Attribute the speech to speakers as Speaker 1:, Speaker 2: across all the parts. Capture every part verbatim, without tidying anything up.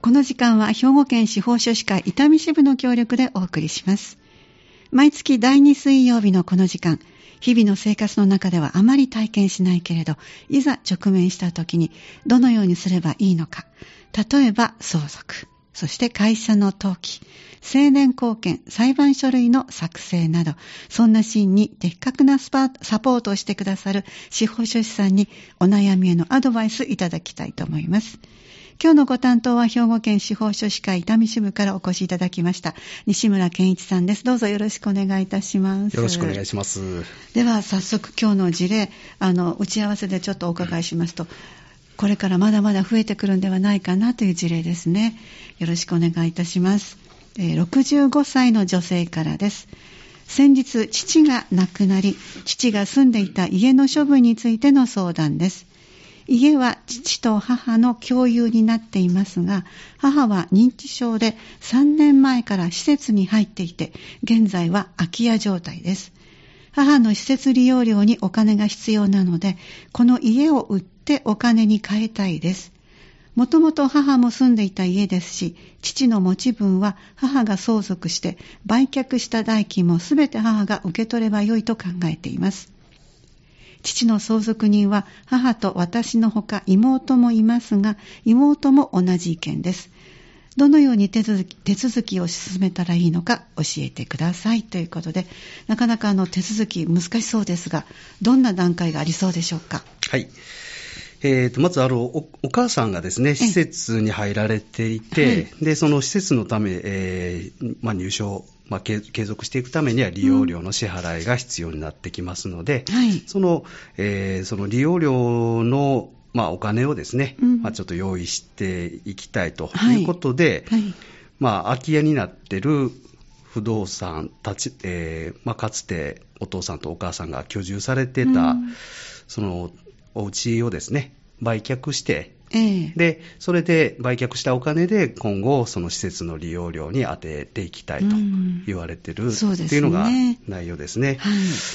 Speaker 1: この時間は兵庫県司法書士会伊丹支部の協力でお送りします。毎月だいに水曜日のこの時間、日々の生活の中ではあまり体験しないけれど、いざ直面した時にどのようにすればいいのか。例えば相続、そして会社の登記、成年後見、裁判書類の作成など、そんなシーンに的確なサポートをしてくださる司法書士さんにお悩みへのアドバイスいただきたいと思います。今日のご担当は兵庫県司法書士会伊丹支部からお越しいただきました西村健一さんです。どうぞよろしくお願いいたします。
Speaker 2: よろしくお願いします。
Speaker 1: では早速今日の事例、あの打ち合わせでちょっとお伺いしますと、これからまだまだ増えてくるんではないかなという事例ですね。よろしくお願いいたします。えー、ろくじゅうごさいの女性からです。先日父が亡くなり、父が住んでいた家の処分についての相談です。家は父と母の共有になっていますが、母は認知症でさんねんまえから施設に入っていて、現在は空き家状態です。母の施設利用料にお金が必要なので、この家を売ってお金に換えたいです。もともと母も住んでいた家ですし、父の持ち分は母が相続して売却した代金もすべて母が受け取ればよいと考えています。父の相続人は母と私のほか妹もいますが、妹も同じ意見です。どのように手続き、手続きを進めたらいいのか教えてくださいということで、なかなかあの手続き難しそうですが、どんな段階がありそうでしょうか。
Speaker 2: はい。えー、とまずあの お, お母さんがですね、施設に入られていて、はい、でその施設のため、えーまあ、入所、まあ、継続していくためには利用料の支払いが必要になってきますので、うん、はい、その、えー、その利用料の、まあ、お金をですね、うんまあ、ちょっと用意していきたいということで、はいはい、まあ、空き家になっている不動産たち、えーまあ、かつてお父さんとお母さんが居住されてた、うん、そのお家をですね、売却して、えー、で、それで売却したお金で今後その施設の利用料に充てていきたいと言われている、うん、っていうのが内容ですね。はい、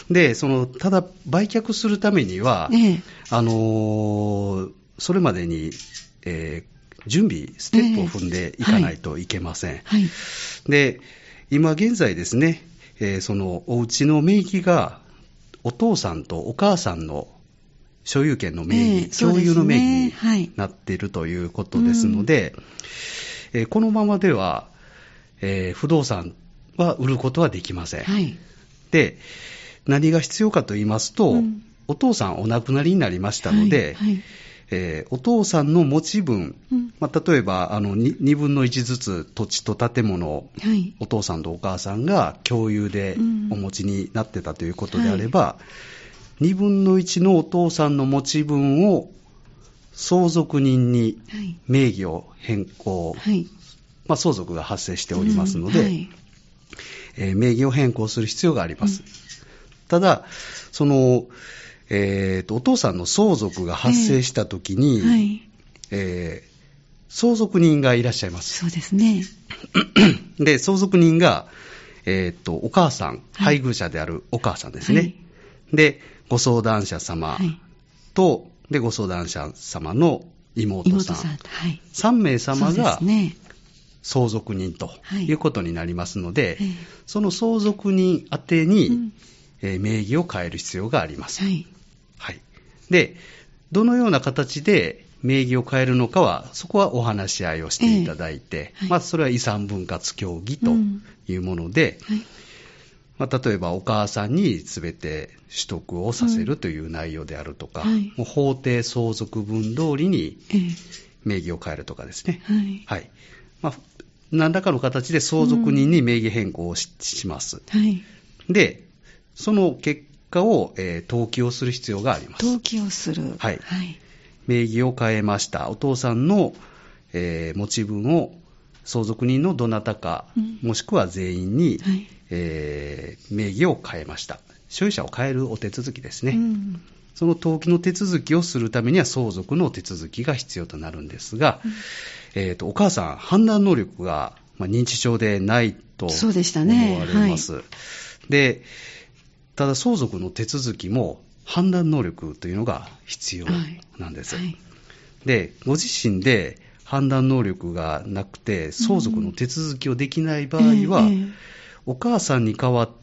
Speaker 2: で、その、ただ売却するためには、えー、あのー、それまでに、えー、準備、ステップを踏んでいかないといけません。えーはいはい、で、今現在ですね、えー、そのお家の名義がお父さんとお母さんの所有権の名義、えー、共有の名義になっているということですので、はいえー、このままでは、えー、不動産は売ることはできません。はい、で、何が必要かと言いますと、うん、お父さんお亡くなりになりましたので、はいはいえー、お父さんの持ち分、うんまあ、例えばあの 2, にぶんのいちずつ土地と建物を、はい、お父さんとお母さんが共有でお持ちになってたということであれば、うんはいにぶんのいちのお父さんの持ち分を相続人に名義を変更、はいまあ、相続が発生しておりますので、うんはいえー、名義を変更する必要があります。うん、ただ、その、えーと、お父さんの相続が発生したときに、えーはいえー、相続人がいらっしゃいます。
Speaker 1: そうですね。
Speaker 2: で、相続人が、えーと、お母さん、配偶者であるお母さんですね。はい、でご相談者様と、はい、でご相談者様の妹さん、妹さん、はい、さんめい様が相続人ということになりますので、はい、その相続人宛てに、うんえー、名義を変える必要があります。はいはい、でどのような形で名義を変えるのかは、そこはお話し合いをしていただいて、えーはいまあ、それは遺産分割協議というもので、うんはいまあ、例えばお母さんに全て取得をさせるという内容であるとか、うんはい、もう法定相続分通りに名義を変えるとかですね、はいはいまあ、何らかの形で相続人に名義変更を し,、うん、します、はい、でその結果を、えー、登記をする必要があります。
Speaker 1: 登記をする、
Speaker 2: はいはい、名義を変えました。お父さんの、えー、持ち分を相続人のどなたか、うん、もしくは全員に、はいえー、名義を変えました。所有者を変えるお手続きですね、うん、その登記の手続きをするためには相続の手続きが必要となるんですが、うんえー、とお母さん判断能力が、まあ、認知症でないと思われます。そうでしたね、はい、でただ相続の手続きも判断能力というのが必要なんです、はいはい、でご自身で判断能力がなくて相続の手続きをできない場合は、
Speaker 1: うんえー、
Speaker 2: お母さんに代わって、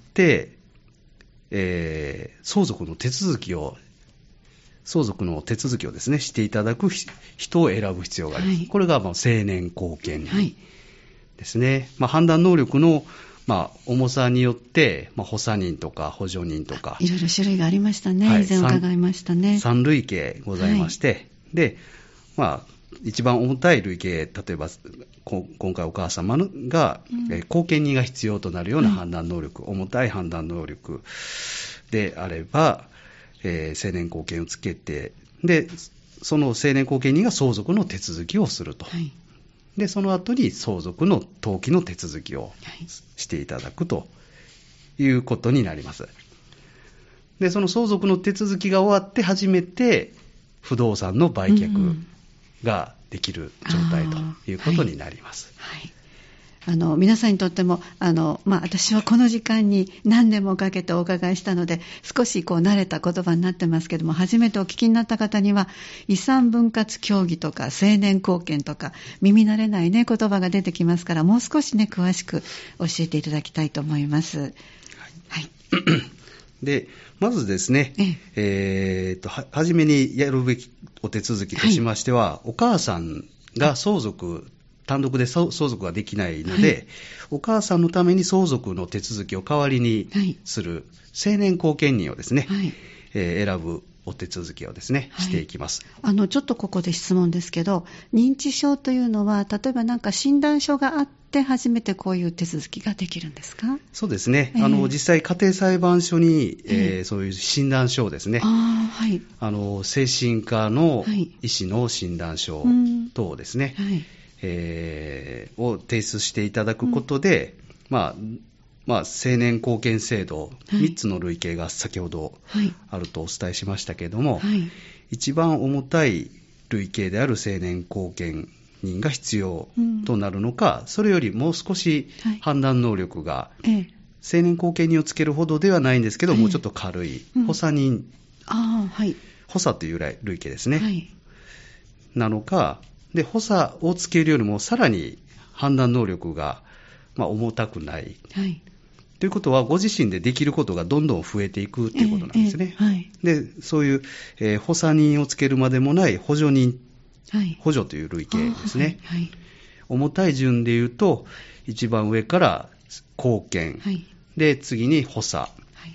Speaker 2: えー、相続の手続きを相続の手続きをですねしていただく人を選ぶ必要があります。はい、これがまあ成年後見人ですね。はい、まあ、判断能力のまあ重さによって、まあ、補佐人とか補助人とか
Speaker 1: いろいろ種類がありましたね。はい、以前伺いましたね。
Speaker 2: さん類型ございまして、はい、で、まあ一番重たい類型、例えば今回お母様が、うん、後見人が必要となるような判断能力、はい、重たい判断能力であれば、えー、成年後見をつけて、でその成年後見人が相続の手続きをすると、はい、でその後に相続の登記の手続きをしていただくということになります。でその相続の手続きが終わって初めて不動産の売却ができる状態ということになります。
Speaker 1: うんはいはいあの皆さんにとってもあの、まあ、私はこの時間に何年もかけてお伺いしたので少しこう慣れた言葉になってますけども、初めてお聞きになった方には遺産分割協議とか成年後見とか耳慣れない、ね、言葉が出てきますから、もう少し、ね、詳しく教えていただきたいと思います。はい、はい、
Speaker 2: でまずですね、ええー、とは初めにやるべきお手続きとしましては、はい、お母さんが相続単独で相続ができないので、はい、お母さんのために相続の手続きを代わりにする成年後見人をですね、はいえー、選ぶお手続きをですね、はい、していきます。
Speaker 1: あのちょっとここで質問ですけど、認知症というのは例えば何か診断書があって初めてこういう手続きができるんですか？
Speaker 2: そうですね、えー、あの実際家庭裁判所に、えーえー、そういう診断書をですね、あ、はい、あの精神科の医師の診断書等をですね、はいはいえー、を提出していただくことで、うんまあまあ、成年後見制度、はい、みっつの類型が先ほどあるとお伝えしましたけれども、はい、一番重たい類型である成年後見人が必要となるのか、うん、それよりもう少し判断能力が、はい、成年後見人をつけるほどではないんですけど、はい、もうちょっと軽い、うん、補佐人、あ、はい、補佐という類型ですね、はい、なのか、で補佐をつけるよりもさらに判断能力が、まあ、重たくない、はい、ということはご自身でできることがどんどん増えていくということなんですね、えーえーはい、でそういう、えー、補佐人をつけるまでもない補助人、はい、補助という類型ですね、はいはい、重たい順でいうと一番上から後見、はい、で次に補佐、はい、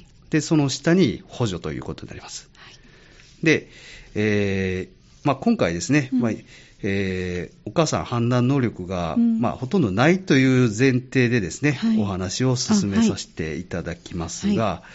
Speaker 2: でその下に補助ということになります、はい、で、えーまあ、今回ですね、うんまあえー、お母さん判断能力が、うんまあ、ほとんどないという前提でですね、はい、お話を進めさせていただきますが、はい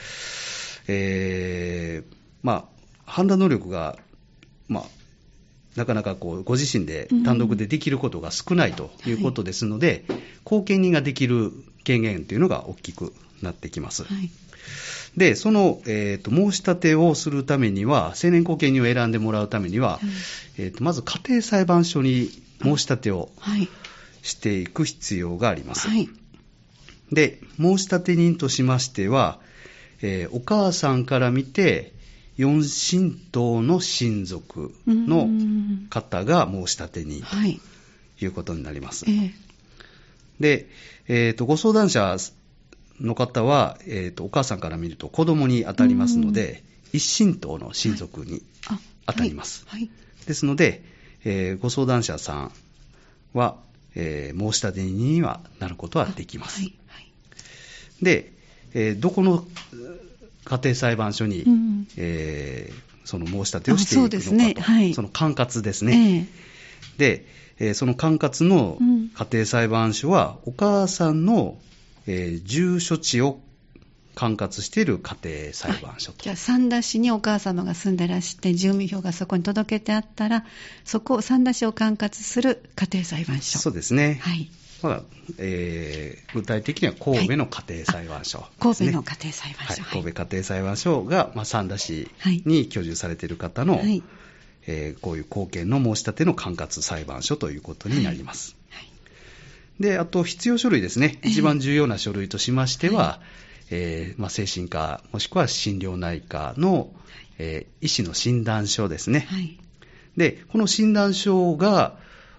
Speaker 2: えーまあ、判断能力が、まあ、なかなかこうご自身で単独でできることが少ないということですので、うんはい、後見人ができる権限というのが大きくなってきます。はいで、その、えーと、申し立てをするためには、成年後見人を選んでもらうためには、はいえーと、まず家庭裁判所に申し立てをしていく必要があります。はい、で、申し立て人としましては、えー、お母さんから見て、四親等の親族の方が申し立て人ということになります。はいえー、で、えーと、ご相談者の方は、えーと、お母さんから見ると子供に当たりますので、一親等の親族に当たります。はいはいはい、ですので、えー、ご相談者さんは、えー、申し立て人にはなることはできます。はいはい、で、えー、どこの家庭裁判所に、うんえー、その申し立てをしていくのかと、そねはい、その管轄ですね。えー、で、えー、その管轄の家庭裁判所は、お母さんのえー、住所地を管轄している家庭裁判所と。
Speaker 1: じゃあ三田市にお母様が住んでらして住民票がそこに届けてあったら、そこを三田市を管轄する家庭裁判所。
Speaker 2: そうですね、はいまあえー、具体的には神戸の家庭裁判所、ねはい、
Speaker 1: 神戸の家庭裁判所、
Speaker 2: はい、神戸家庭裁判所が、まあ、三田市に居住されている方の、はいえー、こういう後見の申し立ての管轄裁判所ということになります、はいはいで、あと必要書類ですね、一番重要な書類としましては、はいえーまあ、精神科もしくは心療内科の、えー、医師の診断書ですね、はい、でこの診断書が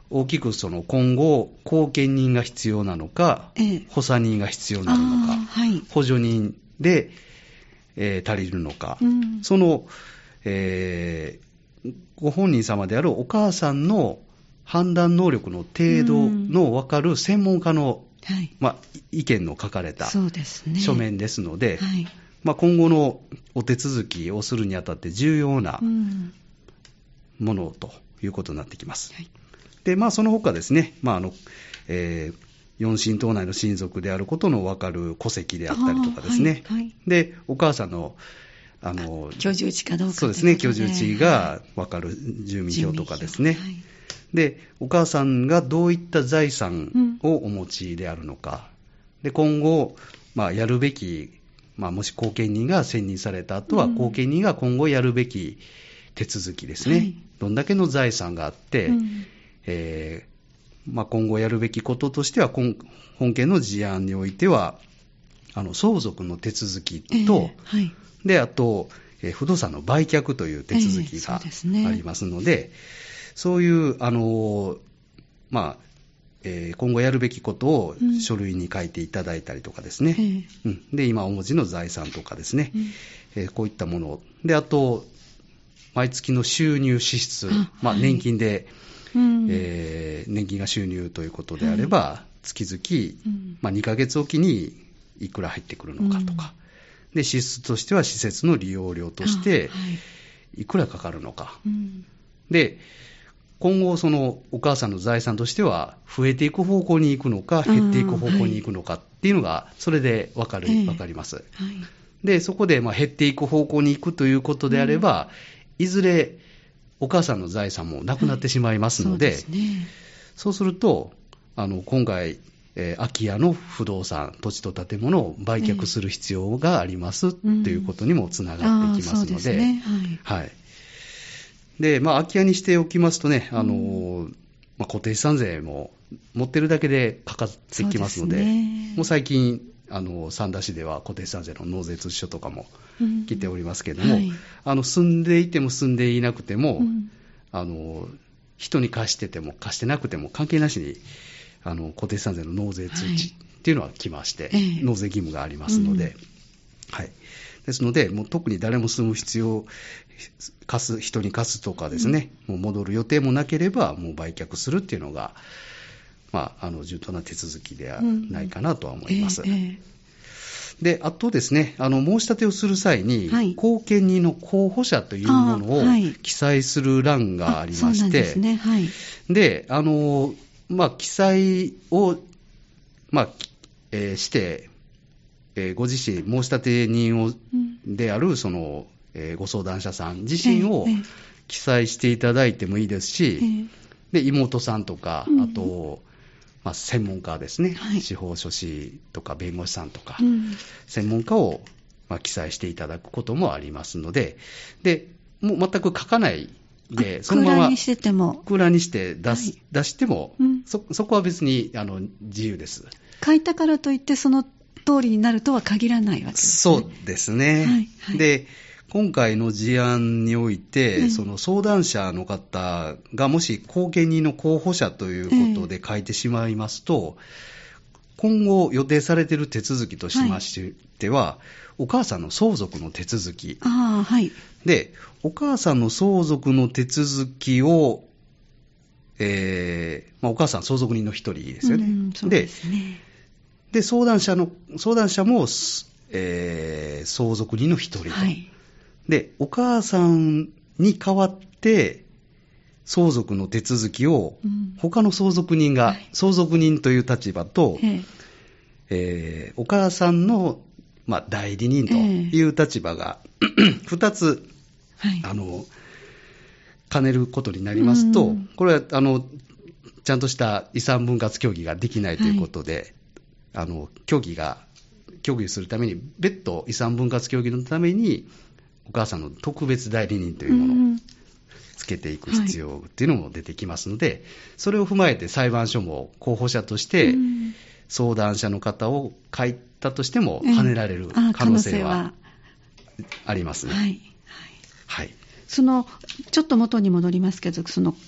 Speaker 2: 大きくその今後、後見人が必要なのか、
Speaker 1: ええ、
Speaker 2: 補佐人が必要になるのか、
Speaker 1: はい、
Speaker 2: 補助人で、えー、足りるのか、うん、その、えー、ご本人様であるお母さんの判断能力の程度の分かる専門家の、うんはい、まあ、意見の書かれた書面ですので、はい、まあ、今後のお手続きをするにあたって重要なものということになってきます。はい、で、まあ、その他ですね、まあ、あの、えー、四親等内の親族であることの分かる戸籍であったりとかですね。はいはい、で、お母さんの、あの、
Speaker 1: 居住地かどうか
Speaker 2: そうですね、居住地が分かる住民票とかですね。はい、で、お母さんがどういった財産をお持ちであるのか。うん、で、今後、まあ、やるべき、まあ、もし後見人が選任された後は、うん、後見人が今後やるべき手続きですね。はい、どんだけの財産があって、うんえーまあ、今後やるべきこととしては、本件の事案においては、あの相続の手続きと、えーはい、であと、えー、不動産の売却という手続きがありますので、えー そうですね、そういう、あのまあえー、今後やるべきことを書類に書いていただいたりとかですね、うんうん、で今お持ちの財産とかですね、うんえー、こういったもので、あと毎月の収入支出、あまあ、年金で、はいえー、年金が収入ということであれば、はい、月々、うんまあ、にかげつおきにいくら入ってくるのかとか、うん、で支出としては施設の利用料としていくらかかるのか、うん、で今後そのお母さんの財産としては増えていく方向に行くのか減っていく方向に行くのかっていうのがそれで分かる、えー、分かります、はい、でそこでまあ減っていく方向に行くということであれば、うん、いずれお母さんの財産もなくなってしまいますので、はい そうですね、そうするとあの今回、えー、空き家の不動産土地と建物を売却する必要があります、えー、ということにもつながってきますので、ねはいはいでまあ、空き家にしておきますとね、あのうんまあ、固定資産税も持ってるだけでかかってきますので、そうですね、もう最近あの三田市では固定資産税の納税通知書とかも来ておりますけれども、うんはい、あの住んでいても住んでいなくても、うん、あの人に貸してても貸してなくても関係なしにあの固定資産税の納税通知っていうのは来まして、はい、納税義務がありますので、うんはい、ですのでもう特に誰も住む必要貸す人に貸すとかですね、うん、もう戻る予定もなければもう売却するっていうのが、まあ、あの順当な手続きではないかなとは思います、うんえーえー、であとですねあの申し立てをする際に、はい、後見人の候補者というものを記載する欄がありまして、で、ねはい、であの、まあ、記載を、まあえー、してえー、ご自身申し立て人を、うん、であるその、えー、ご相談者さん自身を記載していただいてもいいですし、えー、で妹さんとか、うん、あと、まあ、専門家ですね、はい、司法書士とか弁護士さんとか、うん、専門家を、まあ、記載していただくこともありますので、でもう全く書かないでそのまま
Speaker 1: 空欄にしてても
Speaker 2: 空欄にして出す、はい、出しても、うん、そ, そこは別にあの自由です。
Speaker 1: 書いたからといってその通りになるとは限らないわけですね。
Speaker 2: そうですね、はいはい、で今回の事案において、えー、その相談者の方がもし後見人の候補者ということで書いてしまいますと、えー、今後予定されている手続きとしましては、はい、お母さんの相続の手続き、
Speaker 1: あ、はい、
Speaker 2: でお母さんの相続の手続きを、えーまあ、お母さん相続人の一人ですよね。うん、そうですね。で、相談者の、相談者も、えー、相続人の一人と、はい。で、お母さんに代わって、相続の手続きを、他の相続人が、うんはい、相続人という立場と、えー、お母さんの、まあ、代理人という立場が、ふたつ、はい、あの、兼ねることになりますと、うん、これは、あの、ちゃんとした遺産分割協議ができないということで、はいあの協議が協議するために別途遺産分割協議のためにお母さんの特別代理人というものをつけていく必要っていうのも出てきますので、はい、それを踏まえて裁判所も候補者として相談者の方を書いたとしても跳ねられる可能性はありますね。はいはい
Speaker 1: はい、そのちょっと元に戻りますけどその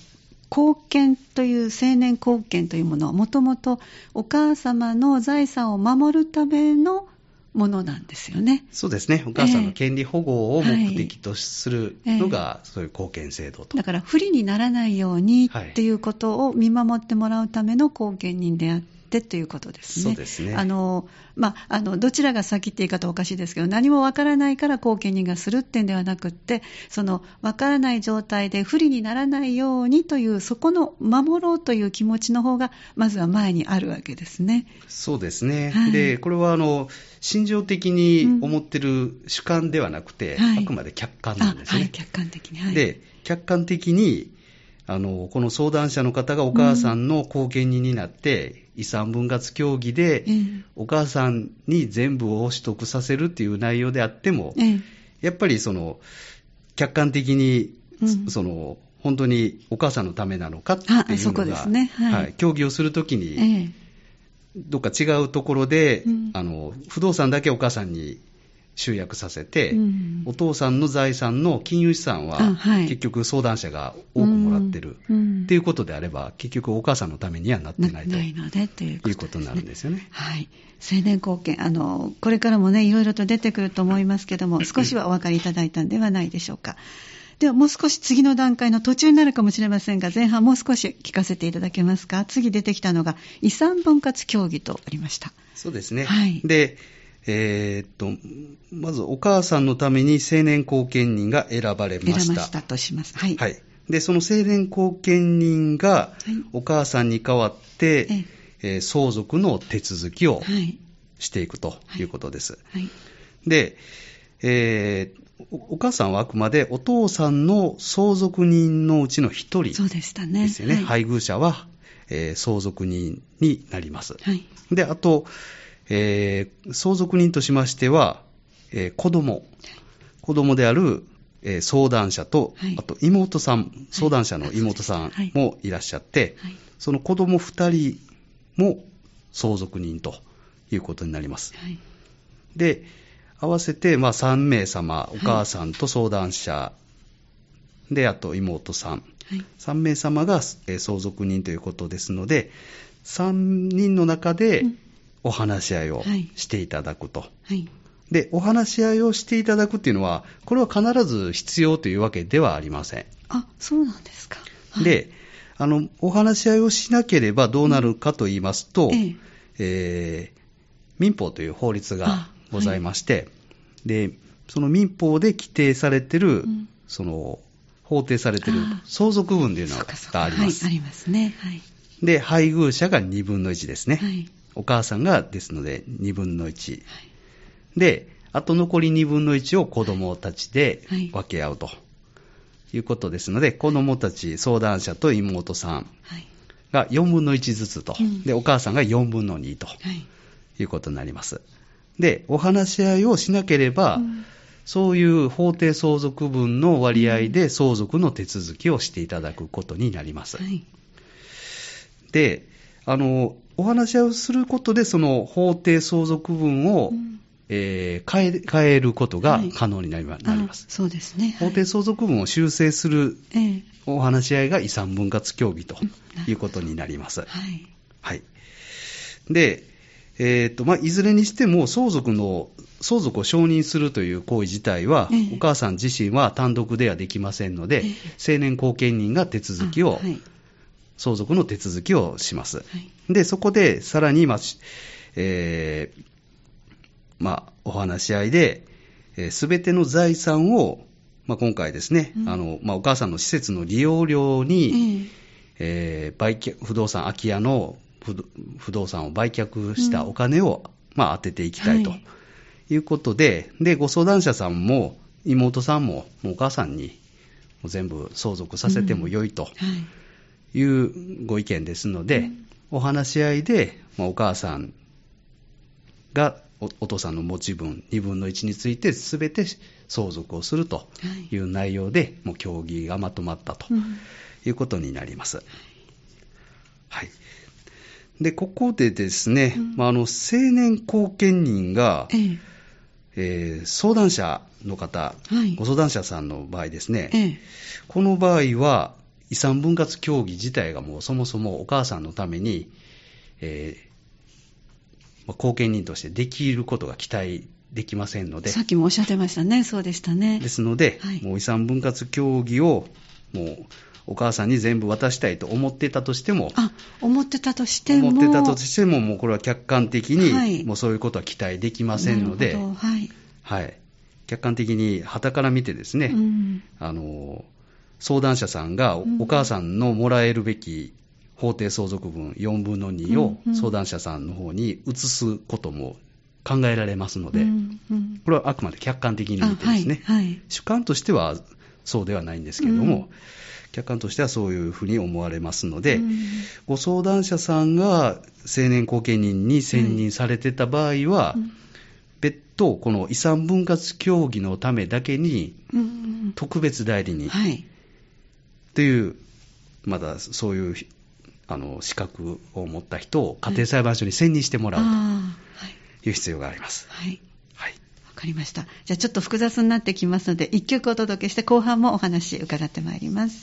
Speaker 1: 後見という成年後見というものはもともとお母様の財産を守るためのものなんですよね。
Speaker 2: そうですね。お母さんの権利保護を目的とするのが、えー、そういう後見制度と。
Speaker 1: だから不利にならないようにっていうことを見守ってもらうための後見人であって、ということですね。
Speaker 2: そうですね。
Speaker 1: あの、まあ、あのどちらが先って言い方おかしいですけど、何もわからないから後見人がするってんではなくって、そのわからない状態で不利にならないようにという、そこの守ろうという気持ちの方がまずは前にあるわけですね。
Speaker 2: そうですね。
Speaker 1: はい、
Speaker 2: でこれはあの心情的に思ってる主観ではなくて、うん、あくまで客観なんですね。
Speaker 1: はい、客観的に、はい、
Speaker 2: で客観的にあのこの相談者の方がお母さんの後見人になって、うん遺産分割協議で、うん、お母さんに全部を取得させるっていう内容であっても、うん、やっぱりその客観的に、うん、その本当にお母さんのためなのかっていうのが、
Speaker 1: そこですね、はい
Speaker 2: はい、協議をするときに、ええ、どっか違うところで、うん、あの不動産だけお母さんに集約させて、うん、お父さんの財産の金融資産は、はい、結局相談者が多くもらってる、うん、っていうことであれば、結局お母さんのためにはなってないと
Speaker 1: ないのでということですね、
Speaker 2: いうことになるんですよね。
Speaker 1: はい、成年後見、あのこれからもねいろいろと出てくると思いますけども、少しはお分かりいただいたんではないでしょうか。ではもう少し次の段階の途中になるかもしれませんが、前半もう少し聞かせていただけますか。次出てきたのが遺産分割協議とありました。
Speaker 2: そうですね、
Speaker 1: はい、
Speaker 2: でえー、っとまずお母さんのために成年後見人が選ばれました。
Speaker 1: 選ばれましたとします。はい。
Speaker 2: はい、でその成年後見人がお母さんに代わって、はいえー、相続の手続きをしていくということです。
Speaker 1: はいはい、
Speaker 2: で、えー、お母さんはあくまでお父さんの相続人のうちの一人ですよね。
Speaker 1: そうでしたね。はい、
Speaker 2: 配偶者は、えー、相続人になります。
Speaker 1: はい、
Speaker 2: であとえー、相続人としましては、えー、子供、はい、子供である、えー、相談者と、はい、あと妹さん、相談者の妹さんもいらっしゃって、はい、その子供ふたりも相続人ということになります。
Speaker 1: はい、
Speaker 2: で、合わせて、まあ、さんめい様、お母さんと相談者で、あと妹さん、はい、さんめい様が、えー、相続人ということですので、さんにんの中で、うんお話し合いをしていただくと、
Speaker 1: はい、
Speaker 2: でお話し合いをしていただくっていうのは、これは必ず必要というわけではありません。
Speaker 1: あ、そうなんですか。はい、
Speaker 2: であのお話し合いをしなければどうなるかと言いますと、うんえええー、民法という法律がございまして、はい、でその民法で規定されている、うん、その法定されている相続分というのがあります。
Speaker 1: はい、ありますね。はい、
Speaker 2: で配偶者がにぶんのいちですね。
Speaker 1: はい
Speaker 2: お母さんがですのでにぶんのいち、はい、であと残りにぶんのいちを子どもたちで分け合うということですので、はい、子どもたち相談者と妹さんがよんぶんのいちずつと、はい、でお母さんがよんぶんのにということになります。でお話し合いをしなければ、うん、そういう法定相続分の割合で相続の手続きをしていただくことになります。
Speaker 1: はい、
Speaker 2: であのお話し合いをすることで、その法定相続分を、うんえー、変え、変えることが可能になります。はい、
Speaker 1: そうですね。
Speaker 2: 法定相続分を修正するお話し合いが遺産分割協議ということになります。
Speaker 1: はい。
Speaker 2: はい。で、えーとまあ、いずれにしても相続の相続を承認するという行為自体は、えー、お母さん自身は単独ではできませんので、えー、成年後見人が手続きを、はい、相続の手続きをします。はい、でそこでさらに、まあえーまあ、お話し合いで、す、え、べ、ての財産を、まあ、今回ですね、うんあのまあ、お母さんの施設の利用料に、えーえー、売却不動産空き家の不、不動産を売却したお金を、うんまあ、当てていきたいということで、はい、でご相談者さんも妹さんも、もうお母さんにもう全部相続させてもよいと。うんはいいうご意見ですので、うん、お話し合いで、まあ、お母さんが お, お父さんの持ち分にぶんのいちについてすべて相続をするという内容で、はい、もう協議がまとまったということになります。うんはい、でここでですね、うんまあ、あの成年後見人が、えええー、相談者の方、はい、ご相談者さんの場合ですね、ええ、この場合は遺産分割協議自体がもうそもそもお母さんのために、えーまあ、後見人としてできることが期待できませんので、
Speaker 1: さっきもおっしゃってましたね。そうでしたね。
Speaker 2: ですので、はい、もう遺産分割協議をもうお母さんに全部渡したいと思ってたとしても、
Speaker 1: あ、思ってたとしても、
Speaker 2: 思ってたとしても、もうこれは客観的に、はい、もうそういうことは期待できませんので、はいはい、客観的に傍から見てですね、うん、あの相談者さんがお母さんのもらえるべき法定相続分よんぶんのにを相談者さんの方に移すことも考えられますので、うんうん、これはあくまで客観的に見てですね、はいはい、主観としてはそうではないんですけれども、うん、客観としてはそういうふうに思われますので、うん、ご相談者さんが成年後見人に選任されてた場合は、はい、別途この遺産分割協議のためだけに特別代理人という、まだそういうあの資格を持った人を家庭裁判所に選任してもらうという必要があります。
Speaker 1: はい。はい。わかりました。じゃあちょっと複雑になってきますので、一曲お届けして後半もお話伺ってまいります。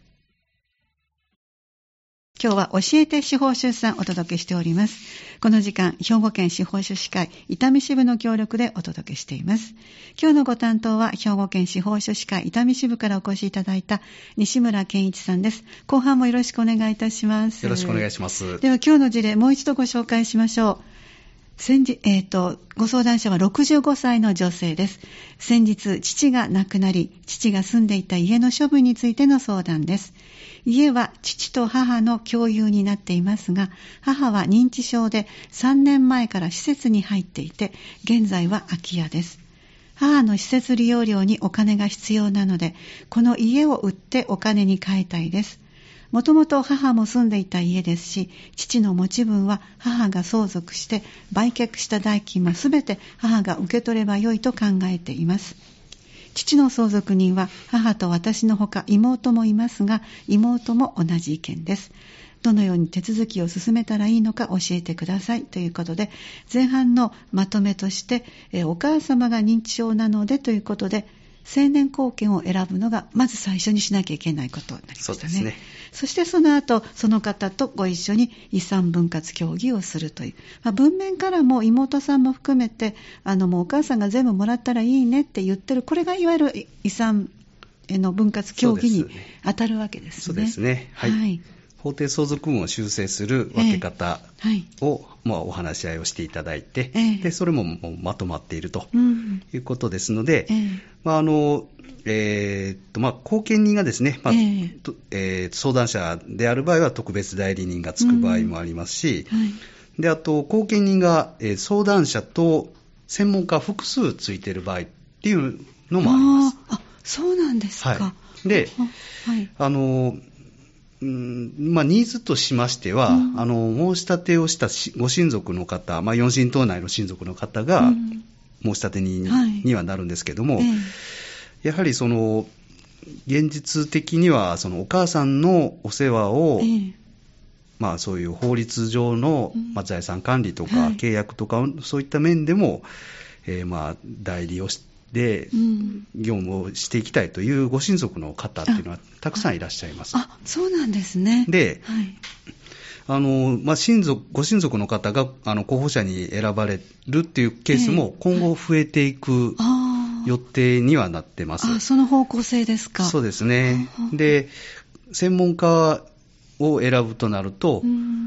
Speaker 1: 今日は教えて司法書士さんお届けしております。この時間、兵庫県司法書士会伊丹支部の協力でお届けしています。今日のご担当は兵庫県司法書士会伊丹支部からお越しいただいた西村健一さんです。後半もよろしくお願いいたします。
Speaker 2: よろしくお願いします。
Speaker 1: では今日の事例もう一度ご紹介しましょう。先日、えーと、ご相談者はろくじゅうごさいの女性です。先日、父が亡くなり、父が住んでいた家の処分についての相談です。家は父と母の共有になっていますが、母は認知症でさんねんまえから施設に入っていて、現在は空き家です。母の施設利用料にお金が必要なので、この家を売ってお金に換えたいです。もともと母も住んでいた家ですし、父の持ち分は母が相続して売却した代金もすべて母が受け取ればよいと考えています。父の相続人は母と私のほか妹もいますが、妹も同じ意見です。どのように手続きを進めたらいいのか教えてくださいということで、前半のまとめとして、えお母様が認知症なのでということで、成年後見を選ぶのがまず最初にしなきゃいけないことになりましたね。そうですね。そしてその後その方とご一緒に遺産分割協議をするという、まあ、文面からも妹さんも含めてあのもうお母さんが全部もらったらいいねって言ってる、これがいわゆる遺産の分割協議に当たるわけですね。
Speaker 2: そうですね。はい。はい、法定相続分を修正する分け方を、えーはいまあ、お話し合いをしていただいて、えー、でそれももうまとまっているということですので、えーまああのえーっとまあ、後見人がですね、まあえーえー、相談者である場合は特別代理人がつく場合もありますし、うんはい、であと後見人が、えー、相談者と専門家複数ついている場合っていうのもあります。
Speaker 1: ああ、そうなんですか。
Speaker 2: はい、で、はい、あのうんまあ、ニーズとしましては、うん、あの申し立てをしたご親族の方、まあ、四親等内の親族の方が、うん申し立て人にはなるんですけども、はいええ、やはりその現実的にはそのお母さんのお世話を、えまあ、そういう法律上の、まあ、財産管理とか契約とか、はい、そういった面でも、えー、まあ代理をして業務をしていきたいというご親族の方っていうのはたくさんいらっしゃいます。
Speaker 1: あ、そうなんですね。
Speaker 2: で、はいあのまあ、親族ご親族の方があの候補者に選ばれるっていうケースも今後増えていく予定にはなってます。
Speaker 1: えー、あその方向性ですか。
Speaker 2: そうですね。で専門家を選ぶとなると、うん、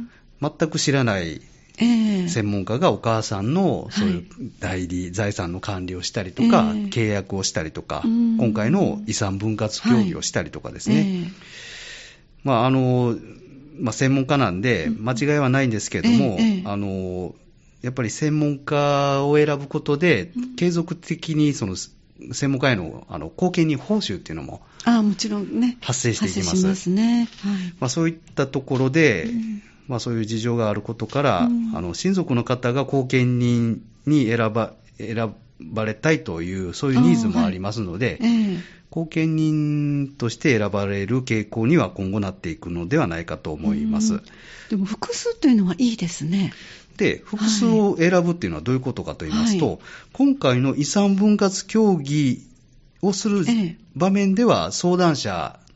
Speaker 2: 全く知らない専門家がお母さんのそういう代理、はい、財産の管理をしたりとか、えー、契約をしたりとか、今回の遺産分割協議をしたりとかですね、はいえーまああのまあ、専門家なんで間違いはないんですけれども、ええ、あのやっぱり専門家を選ぶことで継続的にその専門家へ の, あの後見人報酬っていうのも発生していきます。
Speaker 1: 発生しますね。はい
Speaker 2: まあ、そういったところで、うんまあ、そういう事情があることから、うん、あの親族の方が後見人に選 ば, 選ばれたいというそういうニーズもありますので、はいええ後見人として選ばれる傾向には今後なっていくのではないかと思います。
Speaker 1: でも複数というのはいいですね。
Speaker 2: で複数を選ぶというのはどういうことかと言いますと、はい、今回の遺産分割協議をする場面では相談者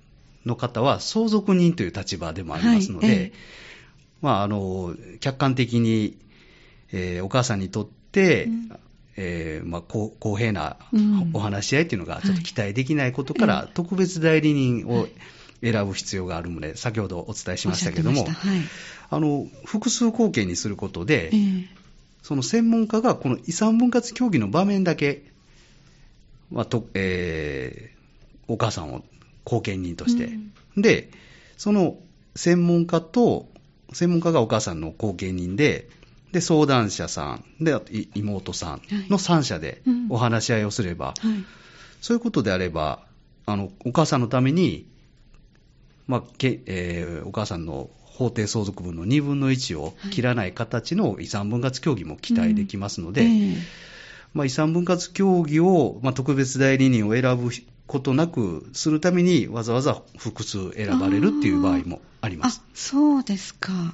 Speaker 2: の方は相続人という立場でもありますので、はいええまあ、あの客観的に、えー、お母さんにとって、うんえーまあ、公, 公平なお話し合いというのがちょっと期待できないことから、うんはい、特別代理人を選ぶ必要があるので、先ほどお伝えしましたけれども、はい、あの複数後見にすることで、えー、その専門家がこの遺産分割協議の場面だけ、まあとえー、お母さんを後見人として、うん、でその専門家と専門家がお母さんの後見人で、で相談者さんで妹さんのさん者でお話し合いをすれば、はいうんはい、そういうことであればあのお母さんのために、まあけえー、お母さんの法定相続分のにぶんのいちを切らない形の遺産分割協議も期待できますので、はいうんえーまあ、遺産分割協議を、まあ、特別代理人を選ぶことなくするためにわざわざ複数選ばれるっていう場合もあります。
Speaker 1: あ、そうですか。はい。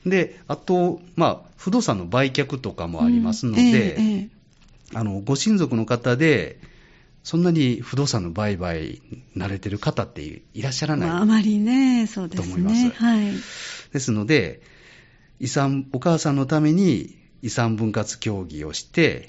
Speaker 2: で、あと、まあ、不動産の売却とかもありますので、うんえーえー、あのご親族の方で、そんなに不動産の売買慣れてる方っていらっしゃらない、まあ、
Speaker 1: あまりね、そうですね。と思います。はい。
Speaker 2: ですので、遺産、お母さんのために遺産分割協議をして、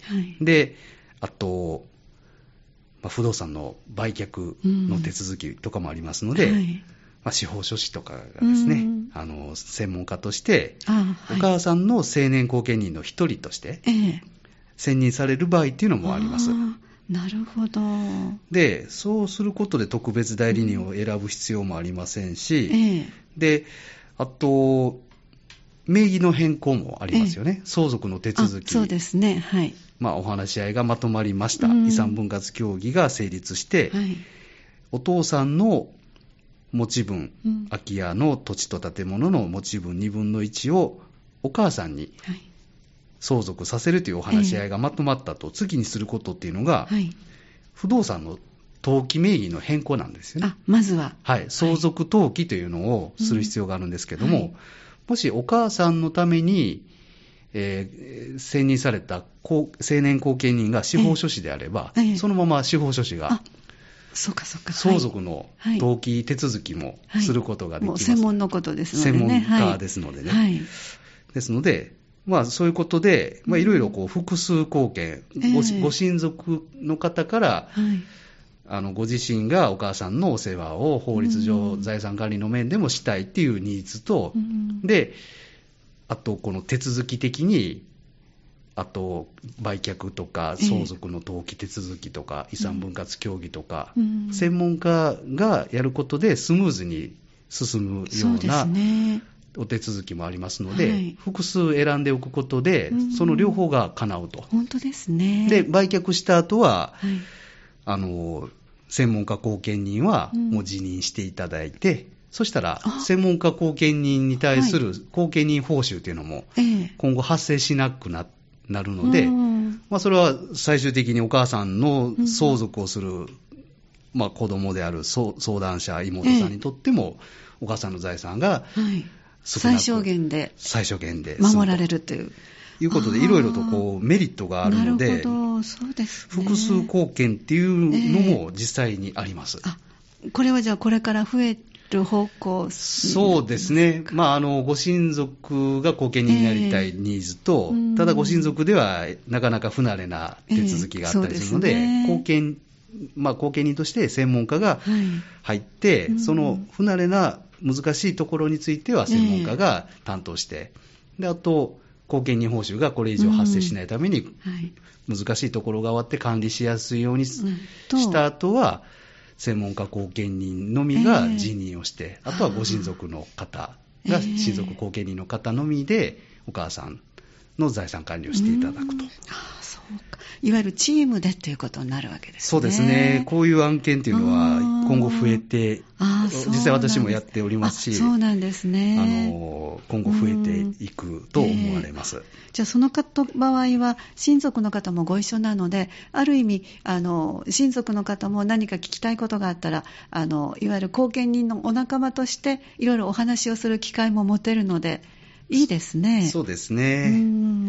Speaker 2: はい、で、あと、まあ、不動産の売却の手続きとかもありますので、うんはいまあ、司法書士とかがですね、うん、あの専門家として、はい、お母さんの成年後見人の一人として選任される場合っていうのもあります。
Speaker 1: ええ、なるほど。
Speaker 2: で、そうすることで特別代理人を選ぶ必要もありませんし、ええ、で、あと名義の変更もありますよね。ええ、相続の手続き。
Speaker 1: そうですね。はい。
Speaker 2: まあ、お話し合いがまとまりました。遺産分割協議が成立して、はい、お父さんの持ち分、うん、空き家の土地と建物の持ち分にぶんのいちをお母さんに相続させるというお話し合いがまとまったと、次にすることっていうのが、はい、不動産の登記名義の変更なんですよね。
Speaker 1: あ、まずは。
Speaker 2: はい。相続登記というのをする必要があるんですけども、うんはい、もしお母さんのために、えー、選任された成年後見人が司法書士であれば、えーえー、そのまま司法書士が、
Speaker 1: そうかそうか。
Speaker 2: 相続の登記手続きもすることができます。
Speaker 1: はいはい、もう専門のことですのでね。
Speaker 2: 専門家ですのでね。はい、ですので、まあそういうことで、まあいろいろこう複数後見、えー、ご, ご親族の方から、はい、あのご自身がお母さんのお世話を法律上、うん、財産管理の面でもしたいっていうニーズと、うん、で、あとこの手続き的に、あと売却とか相続の登記手続きとか、えー、遺産分割協議とか、うん、専門家がやることでスムーズに進むようなお手続きもありますので、はい、複数選んでおくことで、うん、その両方が叶うと。
Speaker 1: 本当ですね。
Speaker 2: で、売却した後は、はい、あの専門家後見人はもう辞任していただいて、うんそしたら、専門家後見人に対する後見人報酬というのも、今後発生しなく な, なるので、まあ、それは最終的にお母さんの相続をする、まあ、子供である相談者、妹さんにとっても、お母さんの財産が
Speaker 1: 最小限で
Speaker 2: 最小限で
Speaker 1: 守られるという。
Speaker 2: いうことで、いろいろとこうメリットがあるので、
Speaker 1: なるほど、そうですね。
Speaker 2: 複数後見っていうのも実際にあります。
Speaker 1: あ、これはじゃあこれから増える方向。
Speaker 2: そうですね。まあ、あの、ご親族が後見人になりたいニーズと、えー、ただご親族ではなかなか不慣れな手続きがあったりするので、えーね、後見、まあ、後見人として専門家が入って、はい、その不慣れな難しいところについては専門家が担当して、えー、で、あと、後見人報酬がこれ以上発生しないために、難しいところが終わって管理しやすいようにした後は、専門家後見人のみが辞任をして、えー、あとはご親族の方が親族後見人の方のみでお母さんの財産管理をしていただくと。
Speaker 1: あ、そうか。いわゆるチームでということになるわけですね。
Speaker 2: そうですね。こういう案件というのは今後増えて、実際私もやっておりますし、
Speaker 1: そうなんですね。
Speaker 2: あの今後増えていくと思われます。えー、
Speaker 1: じゃあその方場合は親族の方もご一緒なので、ある意味あの親族の方も何か聞きたいことがあったら、あのいわゆる後見人のお仲間としていろいろお話をする機会も持てるので、いいですね。
Speaker 2: そうですね。うん、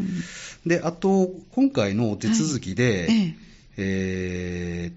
Speaker 2: で、あと今回のお手続きで、はい、えー、えー、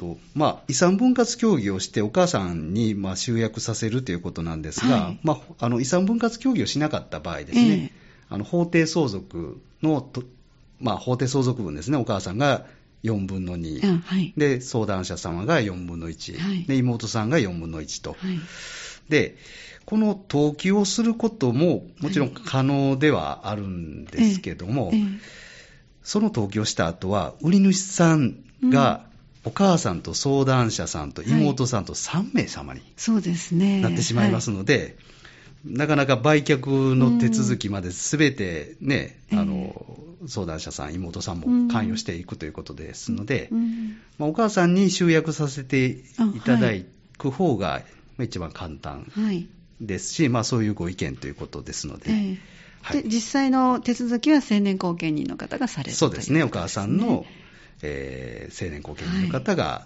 Speaker 2: とまあ、遺産分割協議をしてお母さんにまあ集約させるということなんですが、はい、まあ、あの遺産分割協議をしなかった場合ですね、えー、あの法定相続のと、まあ、法定相続分ですね、お母さんがよんぶんのに、はい、で相談者様がよんぶんのいち、はい、で妹さんがよんぶんのいちと、はい、でこの登記をすることももちろん可能ではあるんですけども、はい、えーえー、その登記をした後は売り主さんがお母さんと相談者さんと妹さんとさんめい様になってしまいますので、はい、なかなか売却の手続きまで全てね、うん、あの相談者さん妹さんも関与していくということですので、うん、まあ、お母さんに集約させていただく方が一番簡単ですし、はい、まあ、そういうご意見ということですので、えーはい、
Speaker 1: で実際の手続きは成年後見人の方がされるという
Speaker 2: そうですね、お母さんの、えー、成年後見人の方が、はい、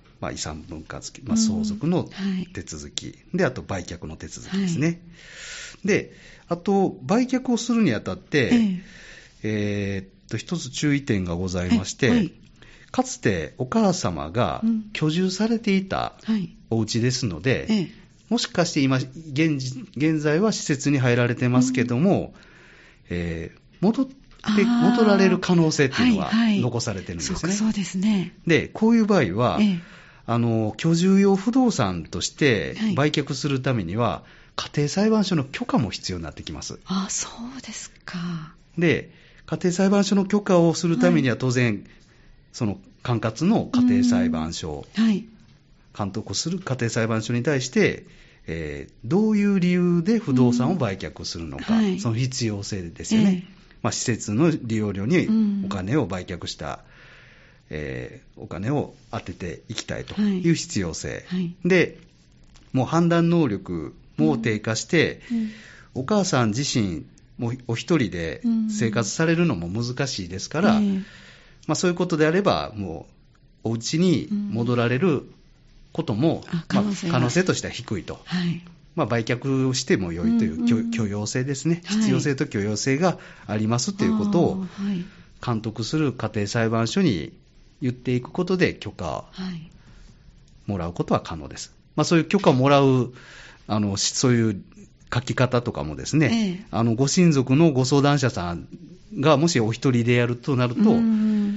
Speaker 2: まあ、遺産分割、まあ、相続の手続き、うん、であと売却の手続きですね、はい、であと売却をするにあたって、えーえー、っと一つ注意点がございまして、はい、かつてお母様が居住されていたお家ですので、うん、はい、もしかして今 現, 現在は施設に入られてますけども、うん、えー、戻って戻られる可能性っていうのは残されてるんですね。はいはい、
Speaker 1: そうですね。
Speaker 2: で、こういう場合は、ええ、あの居住用不動産として売却するためには、はい、家庭裁判所の許可も必要になってきます。
Speaker 1: あ、そうですか。
Speaker 2: で、家庭裁判所の許可をするためには当然、はい、その管轄の家庭裁判所、はい、監督する家庭裁判所に対して、えー、どういう理由で不動産を売却するのか、はい、その必要性ですよね。えーまあ、施設の利用料にお金を売却した、うん、えー、お金を当てていきたいという必要性、はいはい、でもう判断能力も低下して、うんうん、お母さん自身もお一人で生活されるのも難しいですから、うん、まあ、そういうことであればもうお家に戻られることも、うん、まあ、可能性、可能性としては低いと、はい、まあ、売却しても良いという、うんうん、許容性ですね、必要性と許容性がありますということを監督する家庭裁判所に言っていくことで許可をもらうことは可能です。まあ、そういう許可をもらうあのそういう書き方とかもですね、ええ、あのご親族のご相談者さんがもしお一人でやるとなると、うん、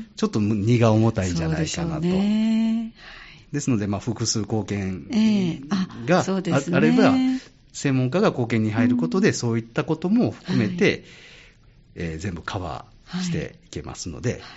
Speaker 2: ちょっと荷が重たいんじゃないかなと。ですので、まあ、複数後見が あ,、えー あ, ね、あれば、専門家が後見に入ることで、うん、そういったことも含めて、はい、えー、全部カバーしていけますので、はいはい、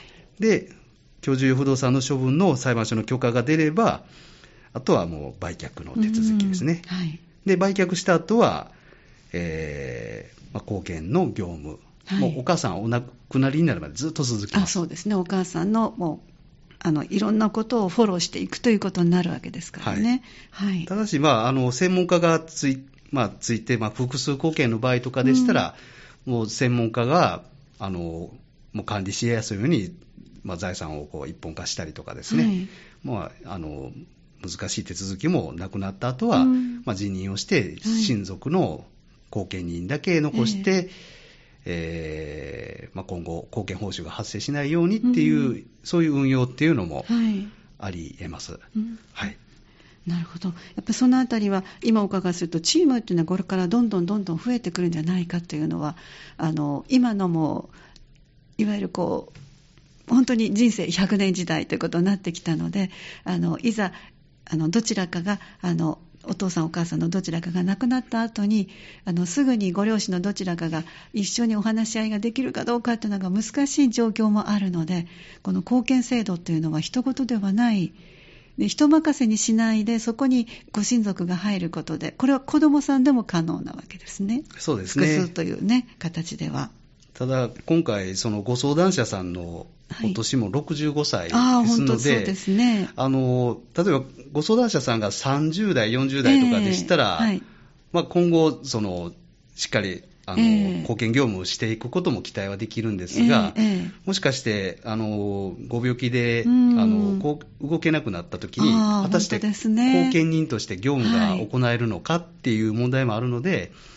Speaker 2: で、居住不動産の処分の裁判所の許可が出れば、あとはもう売却の手続きですね。うん、はい、で、売却した後は、えーまあ、後見の業務、はい、もうお母さんお亡くなりになるまでずっと続きます。
Speaker 1: あ、そうですね。お母さんのもうあのいろんなことをフォローしていくということになるわけですからね。はいはい、
Speaker 2: ただし、まあ、あの専門家がつい、まあ、ついて、まあ、複数後見の場合とかでしたら、うん、もう専門家があのもう管理しやすいように、まあ、財産をこう一本化したりとかですね、はい、まあ、あの難しい手続きもなくなった後は、うん、まあ、辞任をして親族の後見人だけ残して、はい、えーまあ、今後後見報酬が発生しないようにっていう、うん、そういう運用っていうのもあり得ます、はいうんはい、
Speaker 1: なるほど。やっぱりそのあたりは今お伺いするとチームっていうのはこれからどんどんどんどん増えてくるんじゃないかというのはあの今のもいわゆるこう本当に人生ひゃくねん時代ということになってきたので、あのいざあのどちらかがあのお父さんお母さんのどちらかが亡くなった後にあのすぐにご両親のどちらかが一緒にお話し合いができるかどうかというのが難しい状況もあるので、この後見制度というのは一言ではないで、人任せにしないでそこにご親族が入ることで、これは子どもさんでも可能なわけですね。
Speaker 2: そうですね。
Speaker 1: 複数という、ね、形では。
Speaker 2: ただ今回そのご相談者さんのお年もろくじゅうごさいですので、はい、あ、本当そうですね。あの例えばご相談者さんがさんじゅうだいよんじゅうだいとかでしたら、えーはい、まあ、今後そのしっかりあの、えー、後見業務をしていくことも期待はできるんですが、えーえー、もしかしてあのご病気であのこう動けなくなった時に果たして後見人として業務が行えるのかっていう問題もあるので、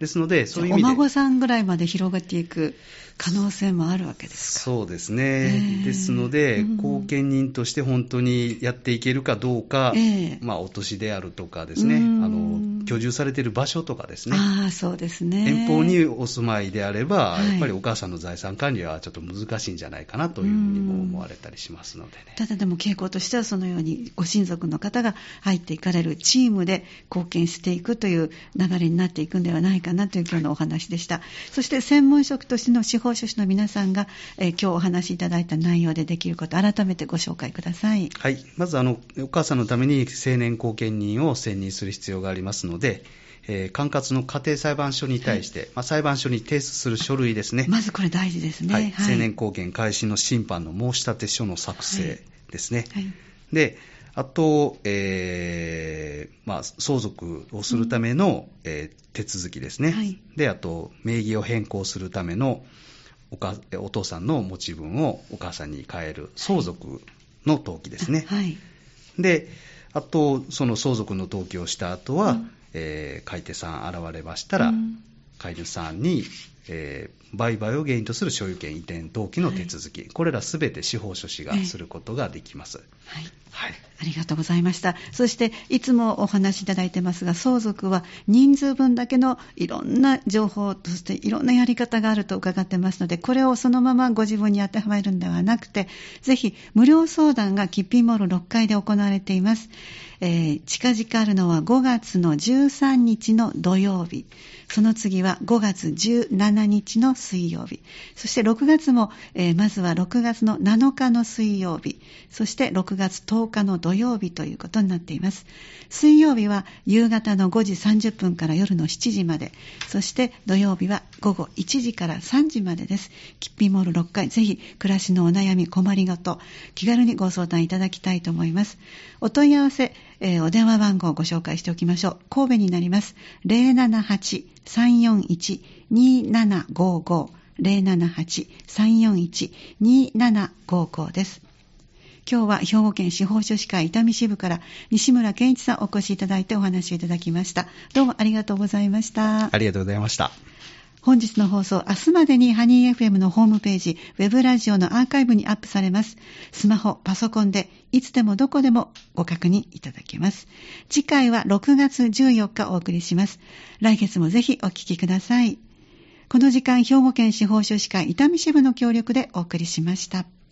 Speaker 2: ですので、そういう意味で。
Speaker 1: お孫さんぐらいまで広がっていく可能性もあるわけですか。
Speaker 2: そうですね。ですので、うん、後見人として本当にやっていけるかどうか、えー、まあ、お年であるとかですね、あの、居住されている場所とかですね。
Speaker 1: ああ、そうですね。
Speaker 2: 遠方にお住まいであれば、はい、やっぱりお母さんの財産管理はちょっと難しいんじゃないかなというふうにも思われたりしますのでね。
Speaker 1: ただでも傾向としてはそのようにご親族の方が入っていかれるチームで貢献していくという流れになっていくんではないかなという今日のお話でした。はい、そして専門職としての司法書士の皆さんが、えー、今日お話しいただいた内容でできること、改めてご紹介ください。
Speaker 2: はい。まずあのお母さんのために成年後見人を選任する必要がありますので、えー、管轄の家庭裁判所に対して、はい、まあ、裁判所に提出する書類ですね。
Speaker 1: まずこれ大事ですね。
Speaker 2: はいはい、成年後見開始の審判の申し立て書の作成ですね。はいはい、で、あと、えーまあ、相続をするための、うん、えー、手続きですね。はい、で、あと名義を変更するための お, かお父さんの持ち分をお母さんに変える相続の登記ですね。はい、で、あとその相続の登記をした後は、うん、えー、買い手さん現れましたら、うん、買い主さんに、えー、売買を原因とする所有権移転登記の手続き、はい、これらすべて司法書士がすることができます。
Speaker 1: はいはい、ありがとうございました。そしていつもお話しいただいてますが、相続は人数分だけのいろんな情報、そしていろんなやり方があると伺ってますので、これをそのままご自分に当てはめるんではなくて、ぜひ無料相談がキッピーモールろっかいで行われています。えー、近々あるのはごがつのじゅうさんにちの土曜日、その次はごがつじゅうしちにちの水曜日、そしてろくがつも、えー、まずはろくがつのなのかの水曜日、そしてろくがつとおかの土曜日ということになっています。水曜日は夕方のごじさんじゅっぷんから夜のしちじまで、そして土曜日は午後いちじからさんじまでです。キッピーモールろっかい、ぜひ暮らしのお悩み困りごと気軽にご相談いただきたいと思います。お問い合わせ、えー、お電話番号をご紹介しておきましょう。神戸になります。 ゼロななはち さんよんいち にななごご ゼロななはち さんよんいち にななごご です。今日は兵庫県司法書士会伊丹支部から西村健一さんお越しいただいてお話をいただきました。どうもありがとうございました。
Speaker 2: ありがとうございました。
Speaker 1: 本日の放送、明日までにハニー エフエム のホームページ、ウェブラジオのアーカイブにアップされます。スマホ、パソコンでいつでもどこでもご確認いただけます。次回はろくがつじゅうよっかお送りします。来月もぜひお聞きください。この時間、兵庫県司法書士会伊丹支部の協力でお送りしました。